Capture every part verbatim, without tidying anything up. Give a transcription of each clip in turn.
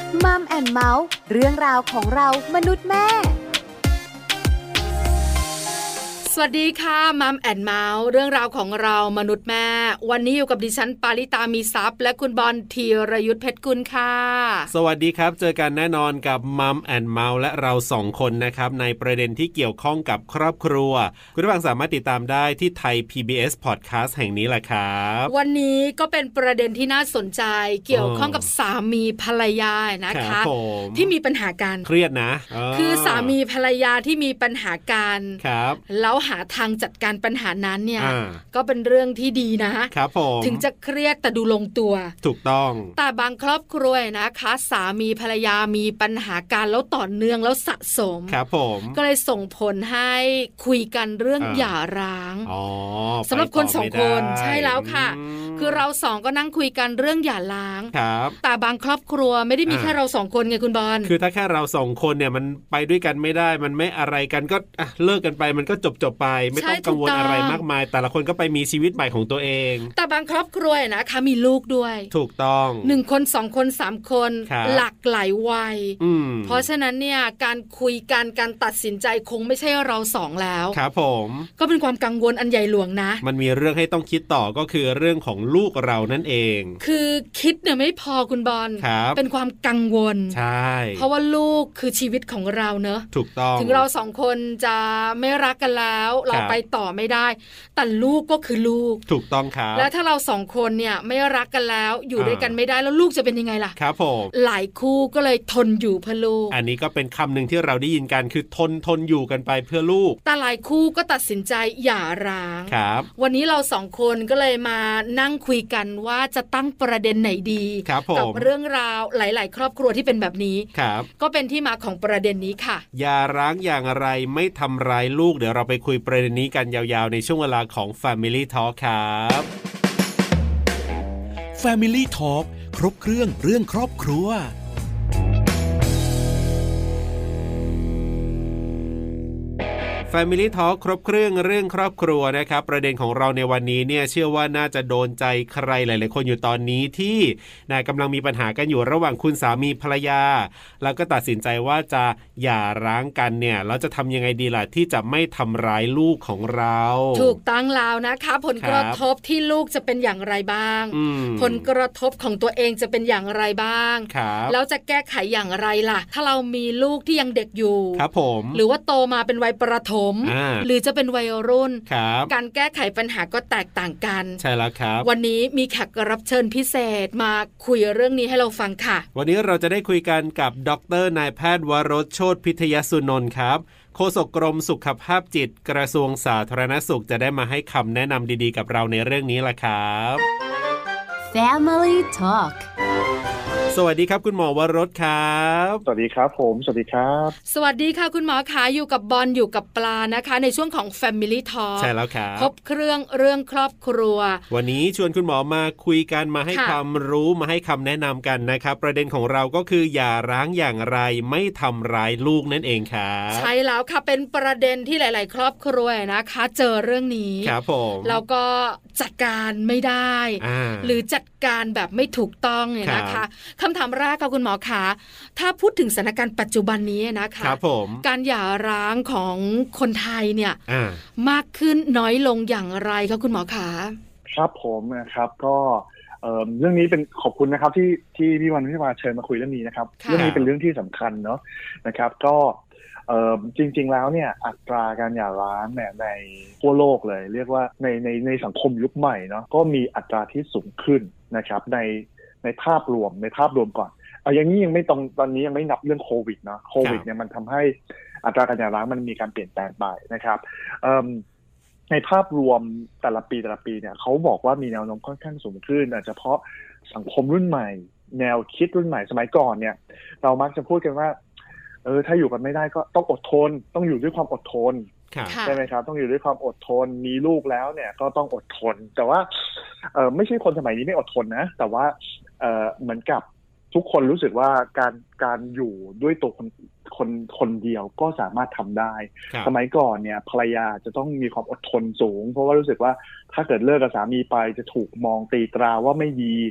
มัมแอนด์เมาส์เรื่องราวของเรามนุษย์แม่สวัสดีค่ะมัมแอนด์เมาส์เรื่องราวของเรามนุษย์แม่วันนี้อยู่กับดิฉันปาริตามีซัพย์และคุณบอลธีรยุทธเพชรกุลค่ะสวัสดีครับเจอกันแน่นอนกับมัมแอนด์เมาส์และเราสองคนนะครับในประเด็นที่เกี่ยวข้องกับครอบครัวคุณผู้ฟังสามารถติดตามได้ที่ไทย พี บี เอส Podcast แห่งนี้แหละครับวันนี้ก็เป็นประเด็นที่น่าสนใจเกี่ยวข้องกับสามีภรรยานะคะที่มีปัญหากันเครียดนะคือสามีภรรยาที่มีปัญหากันครับแล้วหาทางจัดการปัญหานั้นเนี่ยก็เป็นเรื่องที่ดีนะครับผมถึงจะเครียดแต่ดูลงตัวถูกต้องแต่บางครอบครัวนะคะสามีภรรยามีปัญหาการแล้วต่อเนื่องแล้วสะสมครับผมก็เลยส่งผลให้คุยกันเรื่องหย่าร้างสำหรับคนสองคนใช่แล้วค่ะคือเราสองก็นั่งคุยกันเรื่องหย่าร้างแต่บางครอบครัวไม่ได้มีแค่เราสองคนไงคุณบอลคือถ้าแค่เราสองคนเนี่ยมันไปด้วยกันไม่ได้มันไม่อะไรกันก็เลิกกันไปมันก็จบจบไปไม่ต้องกังวลอะไรมากมายแต่ละคนก็ไปมีชีวิตใหม่ของตัวเองแต่บางครอบครัวนะคะมีลูกด้วยถูกต้องหนึ่งคนสองคนสามคนหลากหลายวัยเพราะฉะนั้นเนี่ยการคุยกันการตัดสินใจคงไม่ใช่เราสองแล้วครับผมก็เป็นความกังวลอันใหญ่หลวงนะมันมีเรื่องให้ต้องคิดต่อก็คือเรื่องของลูกเรานั่นเองคือคิดเนี่ยไม่พอคุณบอลเป็นความกังวลใช่เพราะว่าลูกคือชีวิตของเราเนอะถูกต้องถึงเราสองคนจะไม่รักกันแล้วเราไปต่อไม่ได้แต่ลูกก็คือลูกถูกต้องครับแล้วถ้าเราสองคนเนี่ยไม่รักกันแล้วอยู่ด้วยกันไม่ได้แล้วลูกจะเป็นยังไงล่ะครับผมหลายคู่ก็เลยทนอยู่เพื่อลูกอันนี้ก็เป็นคำหนึ่งที่เราได้ยินกันคือทนทนอยู่กันไปเพื่อลูกแต่หลายคู่ก็ตัดสินใจหย่าร้างครับวันนี้เราสองคนก็เลยมานั่งคุยกันว่าจะตั้งประเด็นไหนดีกับเรื่องราวหลายๆครอบครัวที่เป็นแบบนี้ครับก็เป็นที่มาของประเด็นนี้ค่ะหย่าร้างอย่างไรไม่ทำร้ายลูกเดี๋ยวเราไปคุยประเด็นนี้กันยาวๆในช่วงเวลาของ Family Talk ครับ Family Talk ครบเครื่องเรื่องครอบครัว Family Talk ครบเครื่องเรื่องครอบครัวนะครับประเด็นของเราในวันนี้เนี่ยเชื่อว่าน่าจะโดนใจใครหลายๆคนอยู่ตอนนี้ที่นายกำลังมีปัญหากันอยู่ระหว่างคุณสามีภรรยาแล้วก็ตัดสินใจว่าจะหย่าร้างกันเนี่ยแล้วจะทำยังไงดีล่ะที่จะไม่ทำร้ายลูกของเราถูกตั้งแล้วนะคะผลกระทบที่ลูกจะเป็นอย่างไรบ้างผลกระทบของตัวเองจะเป็นอย่างไรบ้างแล้วจะแก้ไขอย่างไรล่ะถ้าเรามีลูกที่ยังเด็กอยู่ครับผมหรือว่าโตมาเป็นวัยประถมหรือจะเป็นวัยรุ่นการแก้ไขปัญหาก็แตกต่างกันใช่แล้วครับวันนี้มีแขกรับเชิญพิเศษมาคุยเรื่องนี้ให้เราฟังค่ะวันนี้เราจะได้คุยกันกับดร.นายแพทย์วโรจน์โชติพิทยสุนนท์ครับโฆษกกรมสุขภาพจิตกระทรวงสาธารณสุขจะได้มาให้คำแนะนำดีๆกับเราในเรื่องนี้ล่ะครับ Family Talk สวัสดีครับคุณหมอวโรจน์ครับสวัสดีครับผมสวัสดีครับสวัสดีค่ะคุณหมอขาอยู่กับบอลอยู่กับปลานะคะในช่วงของ Family Talk ใช่แล้วครับครบเครื่องเรื่องครอบครัววันนี้ชวนคุณหมอมาคุยกันมาให้ความรู้มาให้คำแนะนำกันนะครับประเด็นของเราก็คืออย่าร้างอย่างไรไม่ทำร้ายลูกนั่นเองครับใช่แล้วค่ะเป็นประเด็นที่หลายๆครอบครัวนะคะเจอเรื่องนี้ครับผมแล้วก็จัดการไม่ได้หรือจัดการแบบไม่ถูกต้องเนี่ยนะคะคำถามแรกค่ะคุณหมอคะถ้าพูดถึงสถานการณ์ปัจจุบันนี้นะคะครับผมการหย่าร้างของคนไทยเนี่ยมากขึ้นน้อยลงอย่างไรคะคุณหมอคะครับผมนะครับก็เรื่องนี้เป็นขอบคุณนะครับที่ที่พี่วันพี่มาเชิญมาคุยเรื่องนี้นะครับเรื่องนี้เป็นเรื่องที่สำคัญเนาะนะครับก็จริงๆแล้วเนี่ยอัตราการหย่าร้างเนี่ยในทั่วโลกเลยเรียกว่าในในในสังคมยุคใหม่เนาะก็มีอัตราที่สูงขึ้นนะครับในในภาพรวมในภาพรวมก่อนเอาอย่างนี้ยังไม่ตรงตอนนี้ยังไม่นับเรื่องโควิดเนาะโควิดเนี่ยมันทำให้อัตราการหย่าร้างมันมีการเปลี่ยนแปลงไปนะครับในภาพรวมแต่ละปีแต่ละปีเนี่ยเขาบอกว่ามีแนวโน้มค่อนข้างสูงขึ้นเฉพาะสังคมรุ่นใหม่แนวคิดรุ่นใหม่สมัยก่อนเนี่ยเรามักจะพูดกันว่าเออถ้าอยู่กันไม่ได้ก็ต้องอดทนต้องอยู่ด้วยความอดทนใช่ไหมครับต้องอยู่ด้วยความอดทนมีลูกแล้วเนี่ยก็ต้องอดทนแต่ว่าเออไม่ใช่คนสมัยนี้ไม่อดทนนะแต่ว่าเออเหมือนกับทุกคนรู้สึกว่าการการอยู่ด้วยตัวคนคนคนเดียวก็สามารถทำได้สมัยก่อนเนี่ยภรรยาจะต้องมีความอดทนสูงเพราะว่ารู้สึกว่าถ้าเกิดเลิกกับสามีไปจะถูกมองตีตราว่าไม่ดี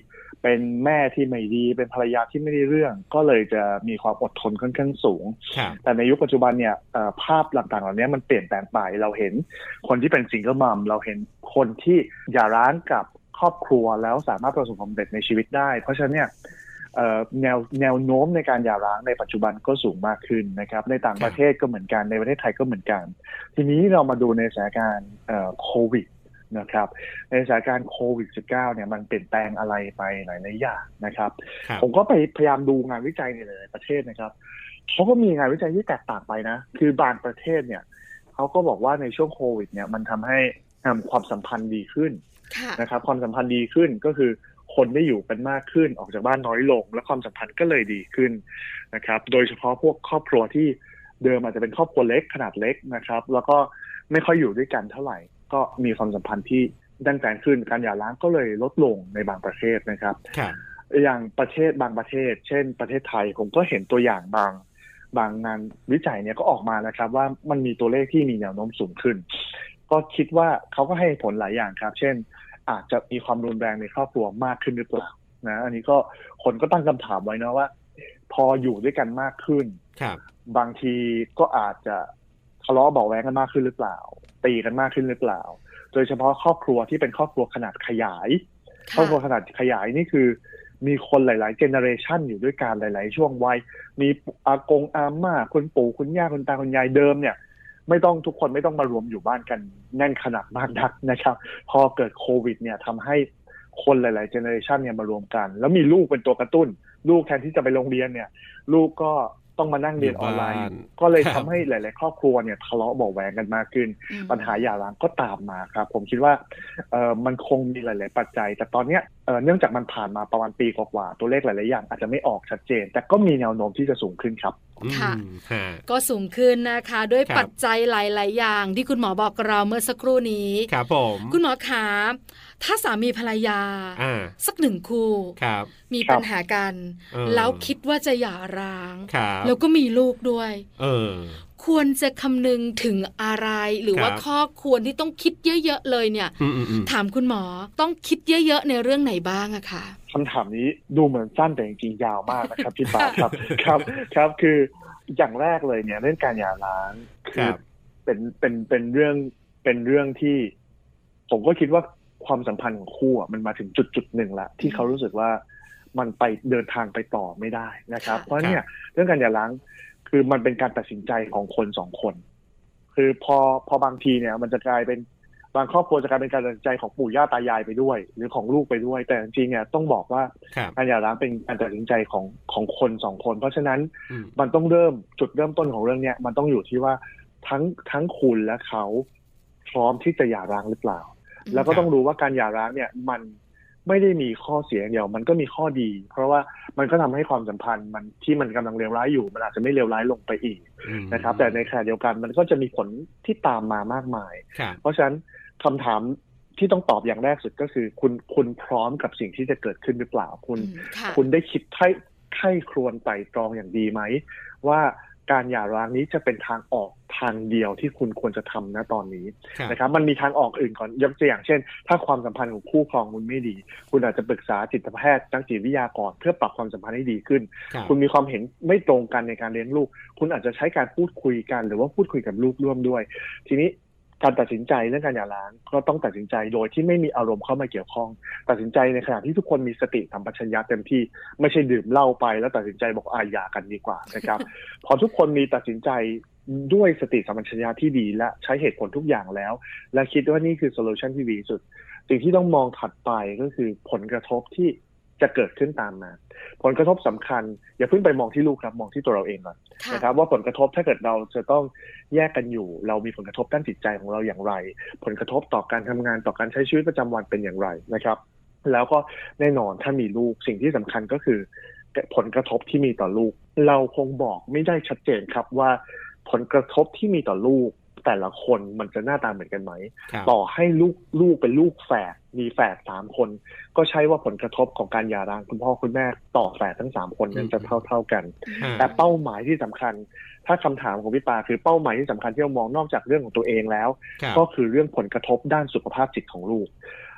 เป็นแม่ที่ไม่ดีเป็นภรรยาที่ไม่ได้เรื่องก็เลยจะมีความอดทนค่อนข้างสูงแต่ในยุคปัจจุบันเนี่ยภาพต่างๆเหล่านี้มันเปลี่ยนแปลงไปเราเห็นคนที่เป็นซิงเกิลมัมเราเห็นคนที่หย่าร้างกับครอบครัวแล้วสามารถประสบความสำเร็จในชีวิตได้เพราะฉะนั้นเนี่ยแนวแนวโน้มในการหย่าร้างในปัจจุบันก็สูงมากขึ้นนะครับในต่างประเทศก็เหมือนกันในประเทศไทยก็เหมือนกันทีนี้เรามาดูในสถานการณ์โควิดนะครับในสถานการณ์โควิด สิบเก้า เนี่ยมันเปลี่ยนแปลงอะไรไปหลายๆอย่างนะครับผมก็ไปพยายามดูงานวิจัยในหลายประเทศนะครับเขาก็มีงานวิจัยที่แตกต่างไปนะคือบางประเทศเนี่ยเขาก็บอกว่าในช่วงโควิดเนี่ยมันทำให้ความสัมพันธ์ดีขึ้นนะครับความสัมพันธ์ดีขึ้นก็คือคนได้อยู่กันมากขึ้นออกจากบ้านน้อยลงและความสัมพันธ์ก็เลยดีขึ้นนะครับโดยเฉพาะพวกครอบครัวที่เดิมอาจจะเป็นครอบครัวเล็กขนาดเล็กนะครับแล้วก็ไม่ค่อยอยู่ด้วยกันเท่าไหร่ก็มีความสัมพันธ์ที่แน่นแฟนขึ้นการหย่าร้างก็เลยลดลงในบางประเทศนะครับอย่างประเทศบางประเทศเช่นประเทศไทยผมก็เห็นตัวอย่างบางบางงานวิจัยเนี่ยก็ออกมานะครับว่ามันมีตัวเลขที่มีแนวโน้มสูงขึ้นก็คิดว่าเขาก็ให้ผลหลายอย่างครับเช่นอาจจะมีความรุนแรงในครอบครัวมากขึ้นหรือเปล่านะอันนี้ก็คนก็ตั้งคำถามไว้นะว่าพออยู่ด้วยกันมากขึ้นบางทีก็อาจจะทะเลาะเบาะแว้งกันมากขึ้นหรือเปล่าตีกันมากขึ้นหรือเปล่าโดยเฉพาะครอบครัวที่เป็นครอบครัวขนาดขยายครอบครัวขนาดขยายนี่คือมีคนหลายๆเจเนอเรชันอยู่ด้วยกันหลายๆช่วงวัยมีอากงอาม่าคุณปู่คุณย่าคุณตาคุณยายเดิมเนี่ยไม่ต้องทุกคนไม่ต้องมารวมอยู่บ้านกันแน่นขนาดมากนักนะครับพอเกิดโควิดเนี่ยทำให้คนหลายๆเจเนอเรชันเนี่ยมารวมกันแล้วมีลูกเป็นตัวกระตุ้นลูกแทนที่จะไปโรงเรียนเนี่ยลูกก็ต้องมานั่งเรียนออนไลน์ก็เลยทำให้หลายๆครอบครัวเนี่ยทะเลาะเบาะแว้งกันมากขึ้นปัญหาหย่าร้างก็ตามมาครับผมคิดว่าเอ่อมันคงมีหลายๆปัจจัยแต่ตอนเนี้ยเอ่อเนื่องจากมันผ่านมาประมาณปีกว่าๆตัวเลขหลายๆอย่างอาจจะไม่ออกชัดเจนแต่ก็มีแนวโน้มที่จะสูงขึ้นครับค่ะก็สูงขึ้นนะคะด้วยปัจจัยหลายๆอย่างที่คุณหมอบอกเราเมื่อสักครู่นี้ครับผมคุณหมอขาถ้าสามีภรรยาสักหนึ่งคู่มีปัญหากันแล้วคิดว่าจะหย่าร้างแล้วก็มีลูกด้วยเออควรจะคำนึงถึงอะไรหรือว่าข้อควรที่ต้องคิดเยอะๆเลยเนี่ยถามคุณหมอต้องคิดเยอะๆในเรื่องไหนบ้างอะคะคำถามนี้ดูเหมือนสั้นแต่จริงๆยาวมากนะครับพี่ปาครับครับครับคืออย่างแรกเลยเนี่ยเรื่องการหย่าร้างคือเป็นเป็นเป็นเรื่องเป็นเรื่องที่ผมก็คิดว่าความสัมพันธ์ของคู่มันมาถึงจุดจุดหนึ่งละที่เขารู้สึกว่ามันไปเดินทางไปต่อไม่ได้นะครับเพราะเนี่ยเรื่องการหย่าร้างคือมันเป็นการตัดสินใจของคนสองคนคือพอพอบางทีเนี่ยมันจะกลายเป็นบางครอบครัวจะกลายเป็นการตัดสินใจของปู่ย่าตายายไปด้วยหรือของลูกไปด้วยแต่จริงๆเนี่ยต้องบอกว่าการหย่าร้างเป็นการตัดสินใจของของคนสองคนเพราะฉะนั้นมันต้องเริ่มจุดเริ่มต้นของเรื่องเนี้ยมันต้องอยู่ที่ว่าทั้งทั้งคุณและเขาพร้อมที่จะหย่าร้างหรือเปล่าแล้วก็ต้องรู้ว่าการหย่าร้างเนี่ยมันไม่ได้มีข้อเสียอย่างเดียวมันก็มีข้อดีเพราะว่ามันก็ทำให้ความสัมพันธ์มันที่มันกำลังเลวร้ายอยู่มันอาจจะไม่เลวร้ายลงไปอีกนะครับแต่ในขณะเดียวกันมันก็จะมีผลที่ตามมามากมายเพราะฉะนั้นคำถามที่ต้องตอบอย่างแรกสุดก็คือคุณคุณพร้อมกับสิ่งที่จะเกิดขึ้นหรือเปล่าคุณคุณได้คิดไข้ไข้ครวญไตร่ตรองอย่างดีไหมว่าการหย่าร้างนี้จะเป็นทางออกทางเดียวที่คุณควรจะทำนะตอนนี้นะครับมันมีทางออกอื่นก่อนยกตัวอย่างเช่นถ้าความสัมพันธ์ของคู่ครองคุณไม่ดีคุณอาจจะปรึกษาจิตแพทย์นักจิตวิทยาก่อนเพื่อปรับความสัมพันธ์ให้ดีขึ้นคุณมีความเห็นไม่ตรงกันในการเลี้ยงลูกคุณอาจจะใช้การพูดคุยกันหรือว่าพูดคุยกับลูกร่วมด้วยทีนี้การตัดสินใจเรื่องการหย่าร้างก็ต้องตัดสินใจโดยที่ไม่มีอารมณ์เข้ามาเกี่ยวข้องตัดสินใจในขณะที่ทุกคนมีสติสัมปชัญญะเต็มที่ไม่ใช่ดื่มเหล้าไปแล้วตัดสินใจบอกอาหย่ากันดีกว่านะครับ พอทุกคนมีตัดสินใจด้วยสติสัมปชัญญะที่ดีและใช้เหตุผลทุกอย่างแล้วและคิดว่านี่คือโซลูชันที่ดีสุดสิ่งที่ต้องมองถัดไปก็คือผลกระทบที่จะเกิดขึ้นตามมาผลกระทบสำคัญอย่าเพิ่งไปมองที่ลูกครับมองที่ตัวเราเองก่อนนะครับว่าผลกระทบถ้าเกิดเราจะต้องแยกกันอยู่เรามีผลกระทบด้านจิตใจของเราอย่างไรผลกระทบต่อการทำงานต่อการใช้ชีวิตประจำวันเป็นอย่างไรนะครับแล้วก็แน่นอนถ้ามีลูกสิ่งที่สำคัญก็คือผลกระทบที่มีต่อลูกเราคงบอกไม่ได้ชัดเจนครับว่าผลกระทบที่มีต่อลูกแต่ละคนมันจะหน้าตาเหมือนกันไหมต่อให้ลูกลูกเป็นลูกแฝดมีแฝดสามคนก็ใช่ว่าผลกระทบของการหย่าร้างคุณพ่อคุณแม่ต่อแฝดทั้งสามคนนั้นจะเท่าเท่ากันแต่เป้าหมายที่สำคัญถ้าคำถามของพี่ปาคือเป้าหมายที่สำคัญที่เรามองนอกจากเรื่องของตัวเองแล้วก็คือเรื่องผลกระทบด้านสุขภาพจิตของลูก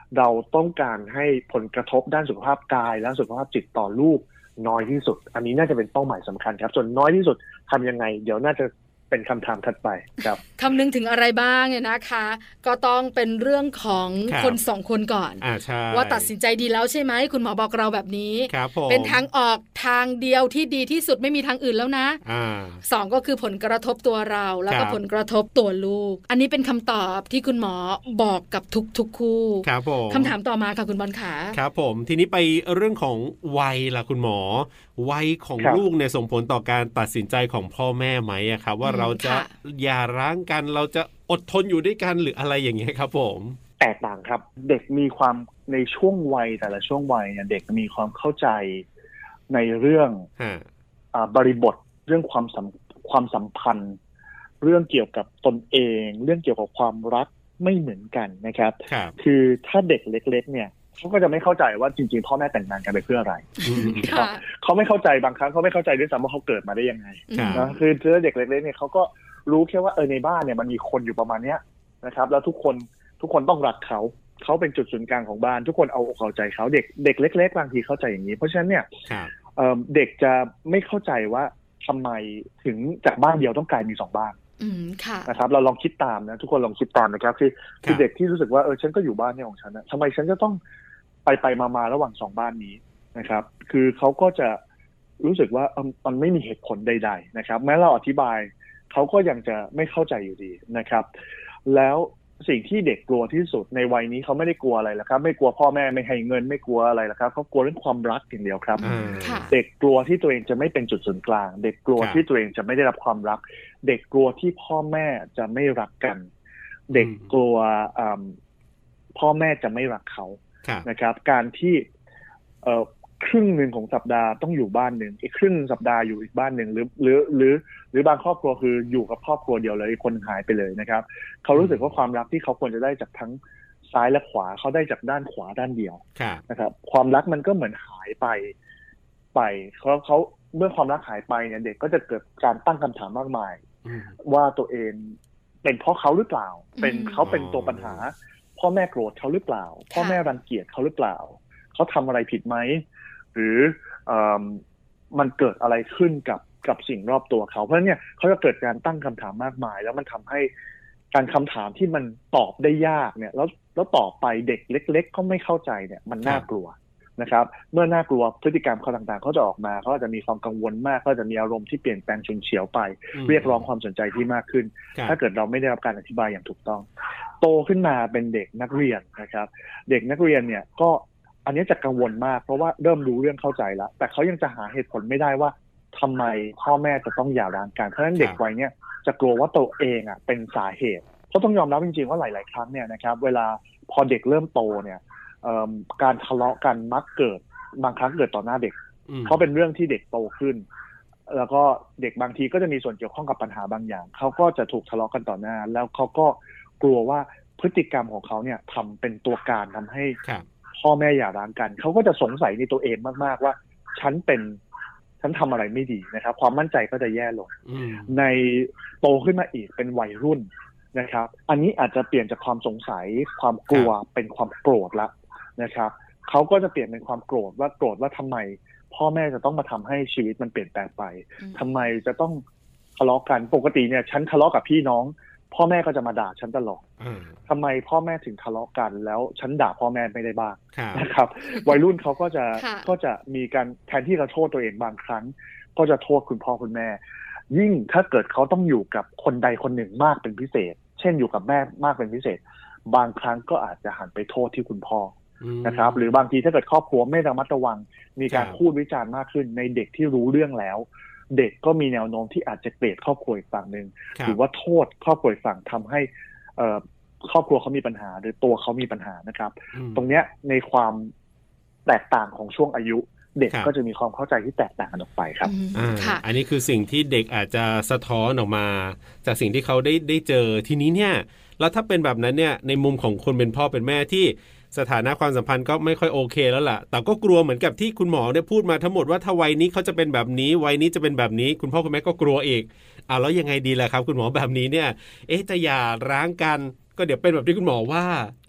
เราต้องการให้ผลกระทบด้านสุขภาพกายและสุขภาพจิตต่อลูกน้อยที่สุดอันนี้น่าจะเป็นเป้าหมายสำคัญครับส่วนน้อยที่สุดทำยังไงเดี๋ยวน่าจะเป็นคำถามถัดไปครับคำนึงถึงอะไรบ้างเนี่ยนะคะก็ต้องเป็นเรื่องของคนสองคนก่อนว่าตัดสินใจดีแล้วใช่ไหมคุณหมอบอกเราแบบนี้เป็นทางออกทางเดียวที่ดีที่สุดไม่มีทางอื่นแล้วนะสองก็คือผลกระทบตัวเราแล้วก็ผลกระทบตัวลูกอันนี้เป็นคำตอบที่คุณหมอบอกกับทุกทุกคู่ครับผมคำถามต่อมาค่ะคุณบอลขาครับผมทีนี้ไปเรื่องของวัยล่ะคุณหมอวัยของลูกเนี่ยส่งผลต่อการตัดสินใจของพ่อแม่ไหมครับว่าเราจะหย่าร้างกันเราจะอดทนอยู่ด้วยกันหรืออะไรอย่างเงี้ยครับผมแตกต่างครับเด็กมีความในช่วงวัยแต่ละช่วงวัยเนี่ยเด็กมีความเข้าใจในเรื่องอ่าบริบทเรื่องความสัมความสัมพันธ์เรื่องเกี่ยวกับตนเองเรื่องเกี่ยวกับความรักไม่เหมือนกันนะครับคือถ้าเด็กเล็กๆเนี่ยเขาก็จะไม่เข้าใจว่าจริงๆพ่อแม่แต่งงานกันไปเพื่ออะไรเขาไม่เข้าใจบางครั้งเขาไม่เข้าใจด้วยซ้ำว่าเขาเกิดมาได้ยังไงนะคือเจอเด็กเล็กๆเนี่ยเขาก็รู้แค่ว่าเออในบ้านเนี่ยมันมีคนอยู่ประมาณเนี้ยนะครับแล้วทุกคนทุกคนต้องรักเขาเขาเป็นจุดศูนย์กลางของบ้านทุกคนเอาอกเอาใจเขาเด็กเด็กเล็กๆบางทีเข้าใจอย่างนี้เพราะฉะนั้นเนี่ยเด็กจะไม่เข้าใจว่าทำไมถึงจากบ้านเดียวต้องกลายมีสองบ้านนะครับเราลองคิดตามนะทุกคนลองคิดตามนะครับคือคือเด็กที่รู้สึกว่าเออฉันก็อยู่บ้านเนี่ยของฉันนะทำไมฉันจะต้องไปไปมาๆระหว่างสองบ้านนี้นะครับคือเขาก็จะรู้สึกว่ามันไม่มีเหตุผลใดๆนะครับแม้เราอธิบายเขาก็ยังจะไม่เข้าใจอยู่ดีนะครับแล้วสิ่งที่เด็กกลัวที่สุดในวัยนี้เขาไม่ได้กลัวอะไรแล้วครับไม่กลัวพ่อแม่ไม่ให้เงินไม่กลัวอะไรแล้วครับเขากลัวเรื่องความรักอย่างเดียวครับเด็กกลัวที่ตัวเองจะไม่เป็นจุดศูนย์กลางเด็กกลัวที่ตัวเองจะไม่ได้รับความรักเด็กกลัวที่พ่อแม่จะไม่รักกันเด็กกลัวพ่อแม่จะไม่รักเขานะครับการที่เอ่อครึ่งหนึ่งของสัปดาห์ต้องอยู่บ้านหนึ่งอีกครึ่งสัปดาห์อยู่อีกบ้านหนึ่งหรือหรือหรือหรือบางครอบครัวคืออยู่กับครอบครัวเดียวเลยคนหายไปเลยนะครับเขารู้สึกว่าความรักที่เขาควรจะได้จากทั้งซ้ายและขวาเขาได้จากด้านขวาด้านเดียวนะครับความรักมันก็เหมือนหายไปไปเขาเขาเมื่อความรักหายไปเนี่ยเด็กก็จะเกิดการตั้งคำถามมากมายว่าตัวเองเป็นเพราะเขาหรือเปล่าเป็นเขาเป็นตัวปัญหาพ่อแม่โกรธเขาหรือเปล่าพ่อแม่รังเกียจเขาหรือเปล่าเขาทำอะไรผิดไหมหรือมันเกิดอะไรขึ้นกับกับสิ่งรอบตัวเขาเพราะฉะนั้นเนี่ยเขาจะเกิดการตั้งคำถามมากมายแล้วมันทำให้การคำถามที่มันตอบได้ยากเนี่ยแล้วแล้วต่อไปเด็กเล็กๆก็ไม่เข้าใจเนี่ยมันน่ากลัวนะครับเมื่อน่ากลัวพฤติกรรมเขาต่างๆเขาจะออกมาเขาจะมีความกังวลมากเขาจะมีอารมณ์ที่เปลี่ยนแปลงฉุนเฉียวไปเรียกร้องความสนใจที่มากขึ้นถ้าเกิดเราไม่ได้รับการอธิบายอย่างถูกต้องโตขึ้นมาเป็นเด็กนักเรียนนะครับเด็กนักเรียนเนี่ยก็อันนี้จะกังวลมากเพราะว่าเริ่มรู้เรื่องเข้าใจแล้วแต่เขายังจะหาเหตุผลไม่ได้ว่าทำไมพ่อแม่จะต้องหย่าร้างกันเพราะฉะนั้นเด็กวัยเนี้ยจะกลัวว่าตัวเองอ่ะเป็นสาเหตุเพราะต้องยอมรับจริงๆว่าหลายๆครั้งเนี่ยนะครับเวลาพอเด็กเริ่มโตเนี่ยการทะเลาะกันมักเกิดบางครั้งเกิดต่อหน้าเด็กเพราะเป็นเรื่องที่เด็กโตขึ้นแล้วก็เด็กบางทีก็จะมีส่วนเกี่ยวข้องกับปัญหาบางอย่างเขาก็จะถูกทะเลาะกันต่อหน้าแล้วเขาก็กลัวว่าพฤติกรรมของเขาเนี่ยทำเป็นตัวการทำให้พ่อแม่หย่าร้างกันเขาก็จะสงสัยในตัวเองมากๆว่าฉันเป็นฉันทำอะไรไม่ดีนะครับความมั่นใจก็จะแย่ลงในโตขึ้นมาอีกเป็นวัยรุ่นนะครับอันนี้อาจจะเปลี่ยนจากความสงสัยความกลัวเป็นความโกรธละนะครับเขาก็จะเปลี่ยนเป็นความโกรธว่าโกรธว่าทำไมพ่อแม่จะต้องมาทำให้ชีวิตมันเปลี่ยนแปลงไปทำไมจะต้องทะเลาะกันปกติเนี่ยฉันทะเลาะกับพี่น้องพ่อแม่ก็จะมาด่าฉันตลอดทำไมพ่อแม่ถึงทะเลาะกันแล้วฉันด่าพ่อแม่ไม่ได้บ้างนะครับวัยรุ่นเขาก็จะก็จะมีการแทนที่จะโทษตัวเองบางครั้งก็จะโทษคุณพ่อคุณแม่ยิ่งถ้าเกิดเขาต้องอยู่กับคนใดคนหนึ่งมากเป็นพิเศษเช่นอยู่กับแม่มากเป็นพิเศษบางครั้งก็อาจจะหันไปโทษที่คุณพ่อนะครับหรือบางทีถ้าเกิดครอบครัวไม่ระมัดระวังมีการพูดวิจารณ์มากขึ้นในเด็กที่รู้เรื่องแล้วเด็กก็มีแนวโน้มที่อาจจะเกลียดครอบครัวอีกฝั่งนึงหรือว่าโทษครอบครัวอีกฝั่งทำให้ครอบครัวเขามีปัญหาหรือตัวเขามีปัญหานะครับตรงเนี้ยในความแตกต่างของช่วงอายุเด็กก็จะมีความเข้าใจที่แตกต่างกันออกไปครับอันนี้คือสิ่งที่เด็กอาจจะสะท้อนออกมาจากสิ่งที่เขาได้ได้เจอทีนี้เนี่ยแล้วถ้าเป็นแบบนั้นเนี่ยในมุมของคนเป็นพ่อเป็นแม่ที่สถานะความสัมพันธ์ก็ไม่ค่อยโอเคแล้วล่ะแต่ก็กลัวเหมือนกับที่คุณหมอได้พูดมาทั้งหมดว่าถ้าวัยนี้เขาจะเป็นแบบนี้วัยนี้จะเป็นแบบนี้คุณพ่อคุณแม่ก็กลัวอีกอ่ะแล้วยังไงดีล่ะครับคุณหมอแบบนี้เนี่ยเอ๊ะจะหย่าร้างกันก็เดี๋ยวเป็นแบบที่คุณหมอว่า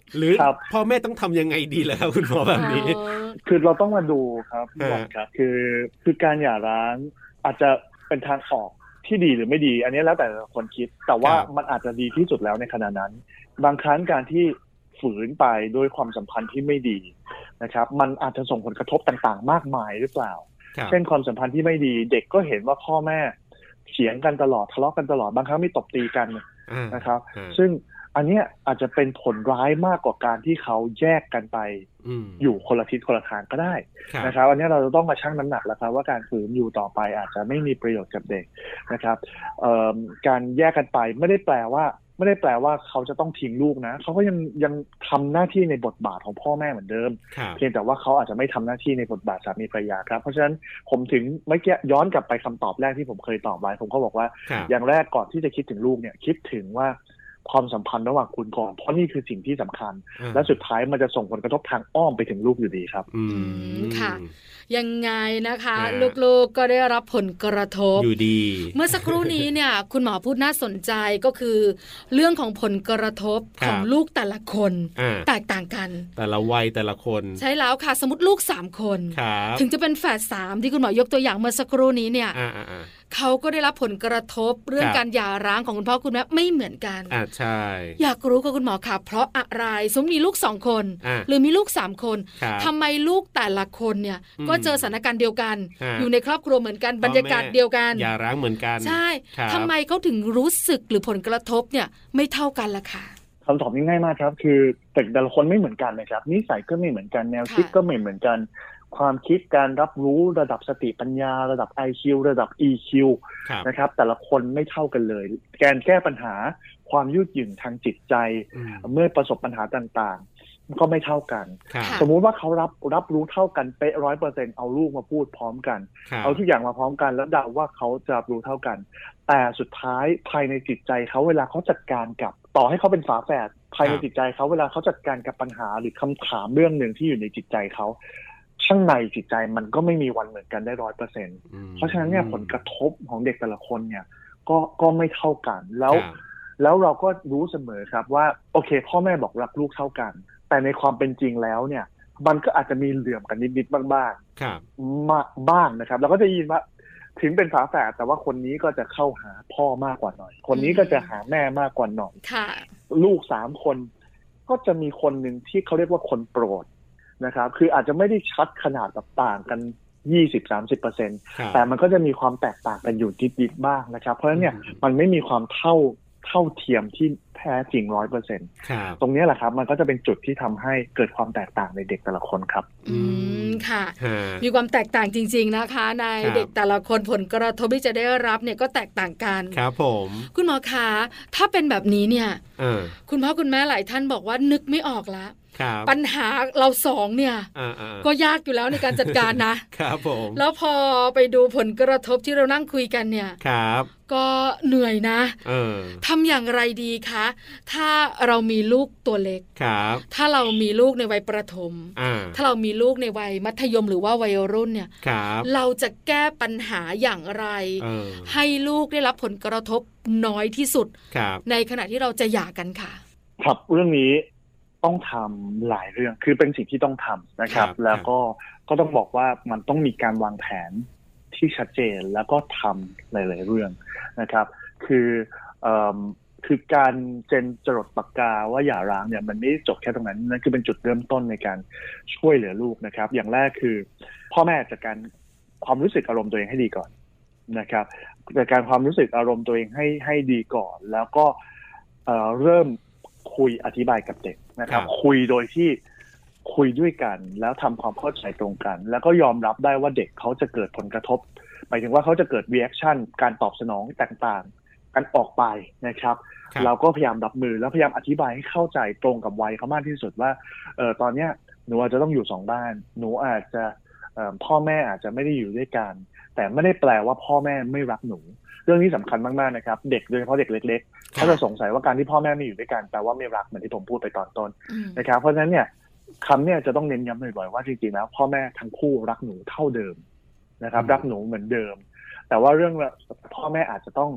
หรือพ่อแม่ต้องทำยังไงดีล่ะครับคุณหมอแบบนี้คือเราต้องมาดูครับพี่บอลครับคือคือการหย่าร้างอาจจะเป็นทางออกที่ดีหรือไม่ดีอันนี้แล้วแต่คนคิดแต่ว่ามันอาจจะดีที่สุดแล้วในขณะนั้นบางครั้งการที่ฝืนไปด้วยความสัมพันธ์ที่ไม่ดีนะครับมันอาจจะส่งผลกระทบต่างๆมากมายหรือเปล่าเช่นความสัมพันธ์ที่ไม่ดีเด็กก็เห็นว่าพ่อแม่เถียงกันตลอดทะเลาะกันตลอดบางครั้งมีตบตีกันนะครับซึ่งอันนี้อาจจะเป็นผลร้ายมากกว่าการที่เขาแยกกันไปอยู่คนละทิศคนละทางก็ได้นะครับอันนี้เราจะต้องมาชั่งน้ำหนักแล้วครับว่าการฝืนอยู่ต่อไปอาจจะไม่มีประโยชน์กับเด็กนะครับการแยกกันไปไม่ได้แปลว่าไม่ได้แปลว่าเขาจะต้องทิ้งลูกนะเขาก็ยังยังทำหน้าที่ในบทบาทของพ่อแม่เหมือนเดิมเพียงแต่ว่าเขาอาจจะไม่ทำหน้าที่ในบทบาทสามีภรรยาครับเพราะฉะนั้นผมถึงเมื่อกี้ย้อนกลับไปคำตอบแรกที่ผมเคยตอบไว้ผมก็บอกว่าอย่างแรกก่อนที่จะคิดถึงลูกเนี่ยคิดถึงว่าความสัมพันธ์ระหว่างคุณก่อนเพราะนี่คือสิ่งที่สำคัญและสุดท้ายมันจะส่งผลกระทบทางอ้อมไปถึงลูกอยู่ดีครับอืมค่ะยังไงนะคะลูกๆก็ได้รับผลกระทบอยู่ดีเมื่อสักครู่นี้เนี่ยคุณหมอพูดน่าสนใจก็คือเรื่องของผลกระทบของลูกแต่ละคนแตกต่างกันแต่ละวัยแต่ละคนใช่แล้วค่ะสมมติลูกสามคนถึงจะเป็นแฝดสามที่คุณหมอยกตัวอย่างเมื่อสักครู่นี้เนี่ยเขาก็ได้รับผลกระทบเรื่องการหย่าร้างของคุณพ่อคุณแม่ไม่เหมือนกันอ่าใช่อยากรู้กับคุณหมอค่ะเพราะอะไรสมมติมีลูกสองคนหรือมีลูกสามคนทำไมลูกแต่ละคนเนี่ยก็เจอสถานการณ์เดียวกันอยู่ในครอบครัวเหมือนกันบรรยากาศเดียวกันหย่าร้างเหมือนกันใช่ทำไมเขาถึงรู้สึกหรือผลกระทบเนี่ยไม่เท่ากันล่ะค่ะคำตอบง่ายๆมากครับคือแต่ละคนไม่เหมือนกันนะครับนิสัยก็ไม่เหมือนกันแนวคิดก็ไม่เหมือนกันความคิดการรับรู้ระดับสติปัญญาระดับ ไอ คิว ระดับ อี คิว นะครับแต่ละคนไม่เท่ากันเลยการแก้ปัญหาความยืดหยุ่นทางจิตใจเมื่อประสบปัญหาต่างๆก็ไม่เท่ากันสมมุติว่าเขารับรับรู้เท่ากันเป๊ะ ร้อยเปอร์เซ็นต์ เอาลูกมาพูดพร้อมกันเอาทุกอย่างมาพร้อมกันแล้วเดาว่าเขาจะรับรู้เท่ากันแต่สุดท้ายภายในจิตใจเขาเวลาเขาจัดการกับต่อให้เขาเป็นฝาแฝดภายในจิตใจเขาเวลาเขาจัดการกับปัญหาหรือคำถามเรื่องหนึ่งที่อยู่ในจิตใจเขาข้างในจิตใจมันก็ไม่มีวันเหมือนกันได้ ร้อยเปอร์เซ็นต์ เพราะฉะนั้นเนี่ยผลกระทบของเด็กแต่ละคนเนี่ยก็ก็ไม่เท่ากันแล้วแล้วเราก็รู้เสมอครับว่าโอเคพ่อแม่บอกรักลูกเท่ากันแต่ในความเป็นจริงแล้วเนี่ยมันก็อาจจะมีเหลื่อมกันนิดๆบ้างๆมาบ้างนะครับเราก็จะยินว่าถึงเป็นฝาแฝดแต่ว่าคนนี้ก็จะเข้าหาพ่อมากกว่าหน่อยคนนี้ก็จะหาแม่มากกว่าหน่อยลูกสามคนก็จะมีคนหนึ่งที่เขาเรียกว่าคนโปรดนะครับคืออาจจะไม่ได้ชัดขนาดแบบต่างกัน ยี่สิบถึงสามสิบเปอร์เซ็นต์ แต่มันก็จะมีความแตกต่างกันอยู่นิดๆบ้างนะครับเพราะฉะนั้นเนี่ยมันไม่มีความเท่าเท่าเทียมที่แท้จริง ร้อยเปอร์เซ็นต์ ตรงนี้แหละครับมันก็จะเป็นจุดที่ทำให้เกิดความแตกต่างในเด็กแต่ละคนครับอืมค่ะมีความแตกต่างจริงๆนะคะในเด็กแต่ละคนผลกระทบที่จะได้รับเนี่ยก็แตกต่างกันครับผมคุณหมอคะถ้าเป็นแบบนี้เนี่ยคุณพ่อคุณแม่หลายท่านบอกว่านึกไม่ออกละปัญหาเราสองเนี่ยก็ยากอยู่แล้วในการจัดการนะครับผมแล้วพอไปดูผลกระทบที่เรานั่งคุยกันเนี่ยครับก็เหนื่อยนะทำอย่างไรดีคะถ้าเรามีลูกตัวเล็กครับถ้าเรามีลูกในวัยประถมถ้าเรามีลูกในวัยมัธยมหรือว่าวัยรุ่นเนี่ยเราจะแก้ปัญหาอย่างไรให้ลูกได้รับผลกระทบน้อยที่สุดในขณะที่เราจะหย่ากันค่ะครับเรื่องนี้ต้องทำหลายเรื่องคือเป็นสิ่งที่ต้องทำนะครับแล้วก็ก็ต้องบอกว่ามันต้องมีการวางแผนที่ชัดเจนแล้วก็ทำหลายๆเรื่องนะครับคือเอ่อคือการเจนจรดปากกาว่าหย่าร้างเนี่ยมันไม่จบแค่ตรงนั้นนั่นคือเป็นจุดเริ่มต้นในการช่วยเหลือลูกนะครับอย่างแรกคือพ่อแม่จัดการความรู้สึกอารมณ์ตัวเองให้ดีก่อนนะครับจัดการความรู้สึกอารมณ์ตัวเองให้ให้ดีก่อนแล้วก็เอ่อเริ่มคุยอธิบายกับเด็กนะครับคุยโดยที่คุยด้วยกันแล้วทำความเข้าใจตรงกันแล้วก็ยอมรับได้ว่าเด็กเขาจะเกิดผลกระทบหมายถึงว่าเขาจะเกิด reaction การตอบสนองต่างๆกันออกไปนะครับเราก็พยายามรับมือแล้วพยายามอธิบายให้เข้าใจตรงกับวัยเขามากที่สุดว่าเออตอนเนี้ยหนูอาจจะต้องอยู่สองบ้านหนูอาจจะเอ่อพ่อแม่อาจจะไม่ได้อยู่ด้วยกันแต่ไม่ได้แปลว่าพ่อแม่ไม่รักหนูเรื่องนี้สำคัญมากๆนะครับเด็กโดยเฉพาะเด็กเล็กๆเขาจะสงสัยว่าการที่พ่อแม่ไม่อยู่ด้วยกันแปลว่าไม่รักเหมือนที่ผมพูดไปตอนต้นนะครับเพราะฉะนั้นเนี่ยคำเนี่ยจะต้องเน้นย้ำบ่อยๆว่าจริงๆแล้วพ่อแม่ทั้งคู่รักหนูเท่าเดิมนะครับรักหนูเหมือนเดิมแต่ว่าเรื่องพ่อแม่อาจจะต้อง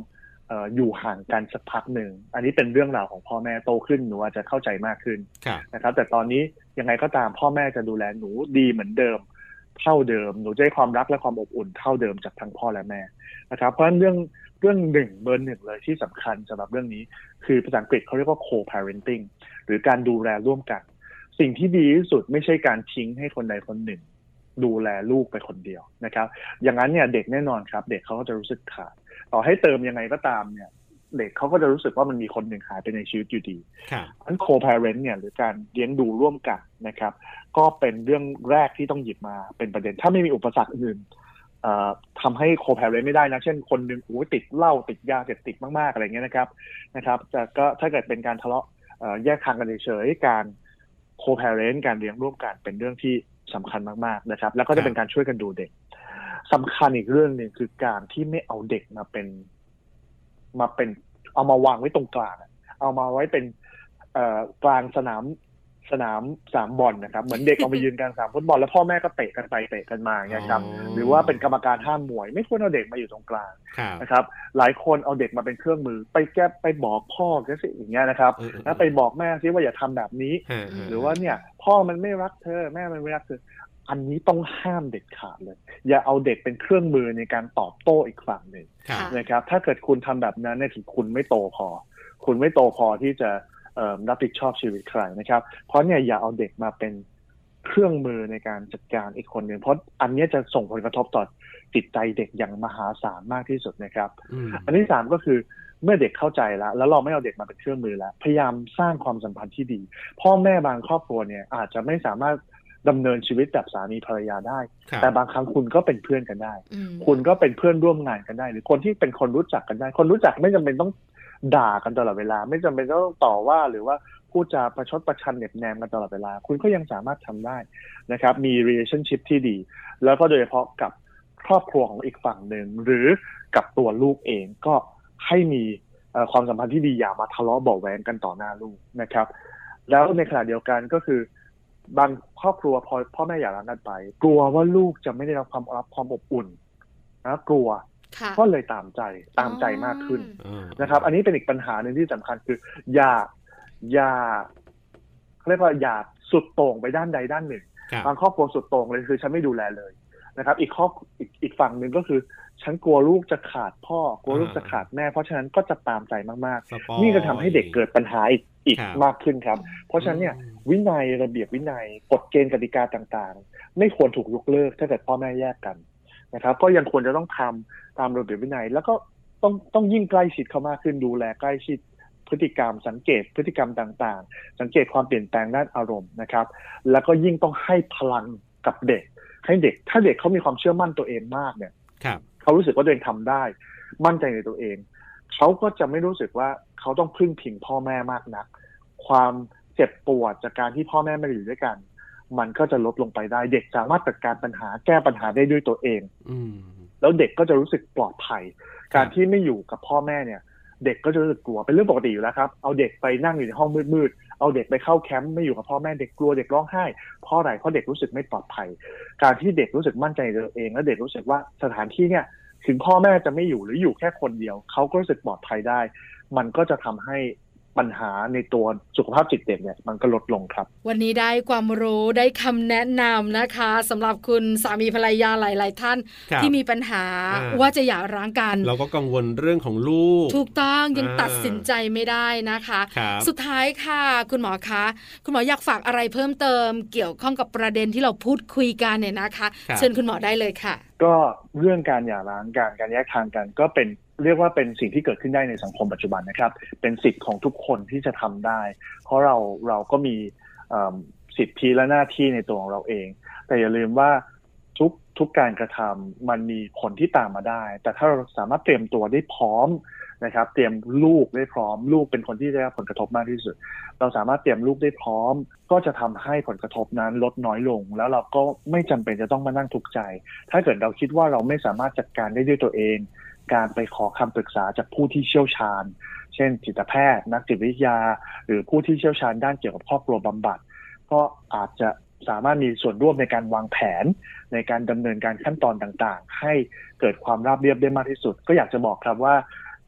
เอ่ออยู่ห่างกันสักพักหนึ่งอันนี้เป็นเรื่องราวของพ่อแม่โตขึ้นหนูอาจจะเข้าใจมากขึ้นนะครับแต่ตอนนี้ยังไงก็ตามพ่อแม่จะดูแลหนูดีเหมือนเดิมเท่าเดิมหนูจะได้ความรักและความอบอุ่นเท่าเดิมจากทั้งพ่อและแม่นะครับเพราะฉะนั้นเรื่องเรื่องหนึ่งเบอร์หนึ่งเลยที่สำคัญสำหรับเรื่องนี้คือภาษาอังกฤษเขาเรียกว่า co-parenting หรือการดูแลร่วมกันสิ่งที่ดีที่สุดไม่ใช่การทิ้งให้คนใดคนหนึ่งดูแลลูกไปคนเดียวนะครับอย่างนั้นเนี่ยเด็กแน่นอนครับเด็กเขาก็จะรู้สึกขาดต่อให้เติมยังไงก็ตามเนี่ยเด็กเขาก็จะรู้สึกว่ามันมีคนหนึ่งหายไปในชีวิตอยู่ดีอัน co-parent เนี่ยหรือการเลี้ยงดูร่วมกันนะครับก็เป็นเรื่องแรกที่ต้องหยิบมาเป็นประเด็นถ้าไม่มีอุปสรรคอื่นทำให้ co-parent ไม่ได้นะเช่นคนหนึ่งโอ้ติดเหล้าติดยาเสพติดมากๆอะไรเงี้ยนะครับนะครับแต่ก็ถ้าเกิดเป็นการทะเลาะแยกทางกันเฉยๆการ co-parent การเลี้ยงร่วมกันเป็นเรื่องที่สำคัญมากๆนะครับแล้วก็จะเป็นการช่วยกันดูเด็กสำคัญอีกเรื่องนึงคือการที่ไม่เอาเด็กมาเป็นมาเป็นเอามาวางไว้ตรงกลางเอามาไว้เป็นกลางสนามสนามสามบอลนะครับเหมือนเด็กเอามายืนกลางสนามฟุตบอลแล้วพ่อแม่ก็เตะกันไปเตะกันมาอย่างเงี้ยครับหรือว่าเป็นกรรมการห้ามมวยไม่ควรเอาเด็กมาอยู่ตรงกลางนะครับหลายคนเอาเด็กมาเป็นเครื่องมือไปแก้ไปบอกพ่อแค่สิอย่างเงี้ยนะครับแล้วไปบอกแม่ซิว่าอย่าทำแบบนี้หรือว่าเนี่ยพ่อมันไม่รักเธอแม่มันไม่รักเธออันนี้ต้องห้ามเด็ดขาดเลยอย่าเอาเด็กเป็นเครื่องมือในการตอบโต้อีกฝั่งหนึ่งนะครับถ้าเกิดคุณทำแบบนั้นเนี่ยถือคุณไม่โตพอคุณไม่โตพอที่จะรับผิดชอบชีวิตใครนะครับเพราะเนี่ยอย่าเอาเด็กมาเป็นเครื่องมือในการจัดการอีกคนหนึ่งเพราะอันนี้จะส่งผลกระทบต่อจิตใจเด็กอย่างมหาศาลมากที่สุดนะครับ อ, อันที่สามก็คือเมื่อเด็กเข้าใจแล้วแล้วเราไม่เอาเด็กมาเป็นเครื่องมือแล้วพยายามสร้างความสัมพันธ์ที่ดีพ่อแม่บางครอบครัวเนี่ยอาจจะไม่สามารถดำเนินชีวิตแบบสามีภรรยาได้แต่บางครั้งคุณก็เป็นเพื่อนกันได้คุณก็เป็นเพื่อนร่วมงานกันได้หรือคนที่เป็นคนรู้จักกันได้คนรู้จักไม่จำเป็นต้องด่ากันตลอดเวลาไม่จำเป็นต้องต่อว่าหรือว่าพูดจาประชดประชันเน็บแนมกันตลอดเวลาคุณก็ยังสามารถทำได้นะครับมี relationship ที่ดีแล้วก็โดยเฉพาะกับครอบครัวของอีกฝั่งหนึ่งหรือกับตัวลูกเองก็ให้มีความสัมพันธ์ที่ดีอย่ามาทะเลาะเบาะแว้งกันต่อหน้าลูกนะครับแล้วในขณะเดียวกันก็คือบางครอบครัวพอพ่อแม่หย่าร้างกันไปกลัวว่าลูกจะไม่ได้รับความรับความอบอุ่นนะกลัวก็เลยตามใจตามใจมากขึ้นนะครับอันนี้เป็นอีกปัญหาหนึ่งที่สำคัญคืออย่าอย่าเขาเรียกว่าอย่าสุดโต่งไปด้านใดด้านหนึ่งบางครอบครัวสุดโต่งเลยคือฉันไม่ดูแลเลยนะครับอีกครอบอีกอีกฝั่งหนึ่งก็คือฉันกลัวลูกจะขาดพ่อกลัวลูกจะขาดแม่เพราะฉะนั้นก็จะตามใจมากๆนี่ก็ทำให้เด็กเกิดปัญหาอีกอีกมากขึ้นครับเพราะฉะนั้นเนี่ยวินัยระเบียบวินัยกฎเกณฑ์กติกาต่างๆไม่ควรถูกยกเลิกถ้าเกิดพ่อแม่แยกกันนะครับก็ยังควรจะต้องทำตามระเบียบวินัยแล้วก็ต้องต้องยิ่งใกล้ชิดเขามากขึ้นดูแลใกล้ชิดพฤติกรรมสังเกตพฤติกรรมต่างๆสังเกตความเปลี่ยนแปลงด้านอารมณ์นะครับแล้วก็ยิ่งต้องให้พลังกับเด็กให้เด็กถ้าเด็กเขามีความเชื่อมั่นตัวเองมากเนี่ยเขารู้สึกว่าตัวเองทำได้มั่นใจในตัวเองเขาก็จะไม่รู้สึกว่าเขาต้องพึ่งพิงพ่อแม่มากนักความเจ็บปวดจากการที่พ่อแม่ไม่ได้อยู่ด้วยกันมันก็จะลดลงไปได้เด็กสามารถจัดการปัญหาแก้ปัญหาได้ด้วยตัวเองแล้วเด็กก็จะรู้สึกปลอดภัยการที่ไม่อยู่กับพ่อแม่เนี่ยเด็กก็จะรู้สึกกลัวเป็นเรื่องปกติอยู่แล้วครับเอาเด็กไปนั่งอยู่ในห้องมืดๆเอาเด็กไปเข้าแคมป์ไม่อยู่กับพ่อแม่เด็กกลัวเด็กร้องไห้เพราะอะไรเพราะเด็กรู้สึกไม่ปลอดภัยการที่เด็กรู้สึกมั่นใจในตัวเองและเด็กรู้สึกว่าสถานที่เนี่ยถึงพ่อแม่จะไม่อยู่หรืออยู่แค่คนเดียวเขาก็รู้สึกปลอดภัยได้มันก็จะทำให้ปัญหาในตัวสุขภาพจิตเด็กเนี่ยมันก็ลดลงครับวันนี้ได้ความรู้ได้คำแนะนำนะคะสำหรับคุณสามีภรรยาหลายๆท่านที่มีปัญหาว่าจะหย่าร้างกันเราก็กังวลเรื่องของลูกถูกต้องยังตัดสินใจไม่ได้นะคะสุดท้ายค่ะคุณหมอคะคุณหมออยากฝากอะไรเพิ่มเติมเกี่ยวข้องกับประเด็นที่เราพูดคุยกันเนี่ยนะคะเชิญคุณหมอได้เลยค่ะก็เรื่องการหย่าร้างกันการแยกทางกันก็เป็นเรียกว่าเป็นสิ่งที่เกิดขึ้นได้ในสังคมปัจจุบันนะครับเป็นสิทธิ์ของทุกคนที่จะทำได้เพราะเราเราก็มีสิทธิและหน้าที่ในตัวของเราเองแต่อย่าลืมว่าทุกทุกการกระทำมันมีผลที่ตามมาได้แต่ถ้าเราสามารถเตรียมตัวได้พร้อมนะครับเตรียมลูกได้พร้อมลูกเป็นคนที่ได้รับผลกระทบมากที่สุดเราสามารถเตรียมลูกได้พร้อมก็จะทำให้ผลกระทบนั้นลดน้อยลงแล้วเราก็ไม่จำเป็นจะต้องมานั่งทุกข์ใจถ้าเกิดเราคิดว่าเราไม่สามารถจัดการได้ด้วยตัวเองการไปขอคำปรึกษาจากผู้ที่เชี่ยวชาญเช่นจิตแพทย์นักจิตวิทยาหรือผู้ที่เชี่ยวชาญด้านเกี่ยวกับครอบครัวบำบัดก็อาจจะสามารถมีส่วนร่วมในการวางแผนในการดำเนินการขั้นตอนต่างๆให้เกิดความราบเรียบได้มากที่สุดก็อยากจะบอกครับว่า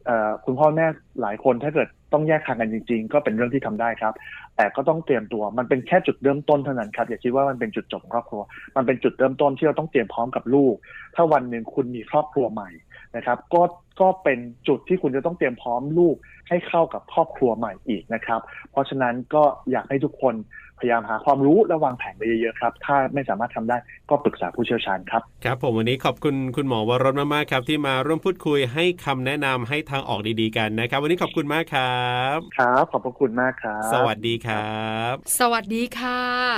คุณพ่อแม่หลายคนถ้าเกิดต้องแยกทางกันจริงๆก็เป็นเรื่องที่ทำได้ครับแต่ก็ต้องเตรียมตัวมันเป็นแค่จุดเริ่มต้นเท่านั้นครับอย่าคิดว่ามันเป็นจุดจบของครอบครัวมันเป็นจุดเริ่มต้นที่เราต้องเตรียมพร้อมกับลูกถ้าวันหนึ่งคุณมีครอบครัวใหม่นะครับก็ก็เป็นจุดที่คุณจะต้องเตรียมพร้อมลูกให้เข้ากับครอบครัวใหม่อีกนะครับเพราะฉะนั้นก็อยากให้ทุกคนพยายามหาความรู้และวางแผนไปเยอะๆครับถ้าไม่สามารถทำได้ก็ปรึกษาผู้เชี่ยวชาญครับครับผมวันนี้ขอบคุณคุณหมอวรสมากๆครับที่มาร่วมพูดคุยให้คำแนะนำให้ทางออกดีๆกันนะครับวันนี้ขอบคุณมากครับครับขอบพระคุณมากครับสวัสดีครับสวัสดีค่ะ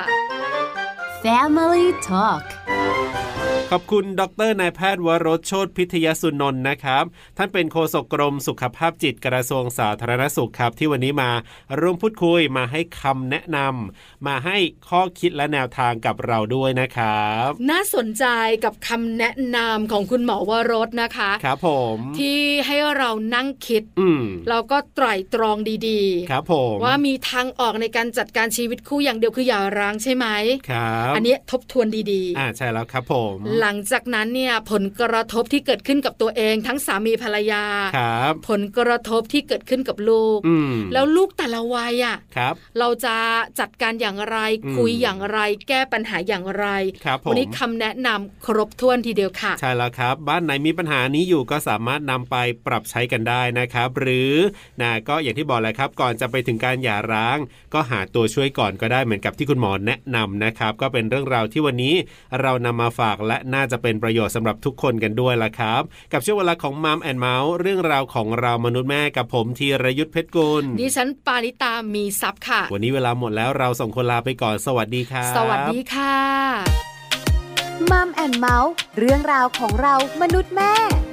Family Talk ขอบคุณดร.นายแพทย์วรส โชติพิทยสุนนท์นะครับท่านเป็นโฆษกกรมสุขภาพจิตกระทรวงสาธารณสุขครับที่วันนี้มาร่วมพูดคุยมาให้คำแนะนำมาให้ข้อคิดและแนวทางกับเราด้วยนะครับน่าสนใจกับคำแนะนำของคุณหมอวรสนะคะครับผมที่ให้เรานั่งคิดเราก็ไตร่ตรองดีๆครับผมว่ามีทางออกในการจัดการชีวิตคู่อย่างเดียวคืออย่าร้างใช่ไหมครับอันนี้ทบทวนดีๆอ่าใช่แล้วครับผมหลังจากนั้นเนี่ยผลกระทบที่เกิดขึ้นกับตัวเองทั้งสามีภรรยาครับผลกระทบที่เกิดขึ้นกับลูกแล้วลูกแต่ละวัยอ่ะเราจะจัดการอย่างไรคุยอย่างไรแก้ปัญหาอย่างไรวันนี้คำแนะนำครบถ้วนทีเดียวค่ะใช่แล้วครับบ้านไหนมีปัญหานี้อยู่ก็สามารถนำไปปรับใช้กันได้นะครับหรือนะก็อย่างที่บอกแหละครับก่อนจะไปถึงการหย่าร้างก็หาตัวช่วยก่อนก็ได้เหมือนกับที่คุณหมอแนะนำนะครับก็เป็นเรื่องราวที่วันนี้เรานำมาฝากและน่าจะเป็นประโยชน์สำหรับทุกคนกันด้วยล่ะครับกับช่วงเวลาของมัมแอนด์เมาส์เรื่องราวของเรามนุษย์แม่กับผมธีรยุทธเพชรกุลดิฉันปาริตามีซับค่ะวันนี้เวลาหมดแล้วเราส่งคนลาไปก่อนสวัสดีครับสวัสดีค่ะมัมแอนด์เมาส์เรื่องราวของเรามนุษย์แม่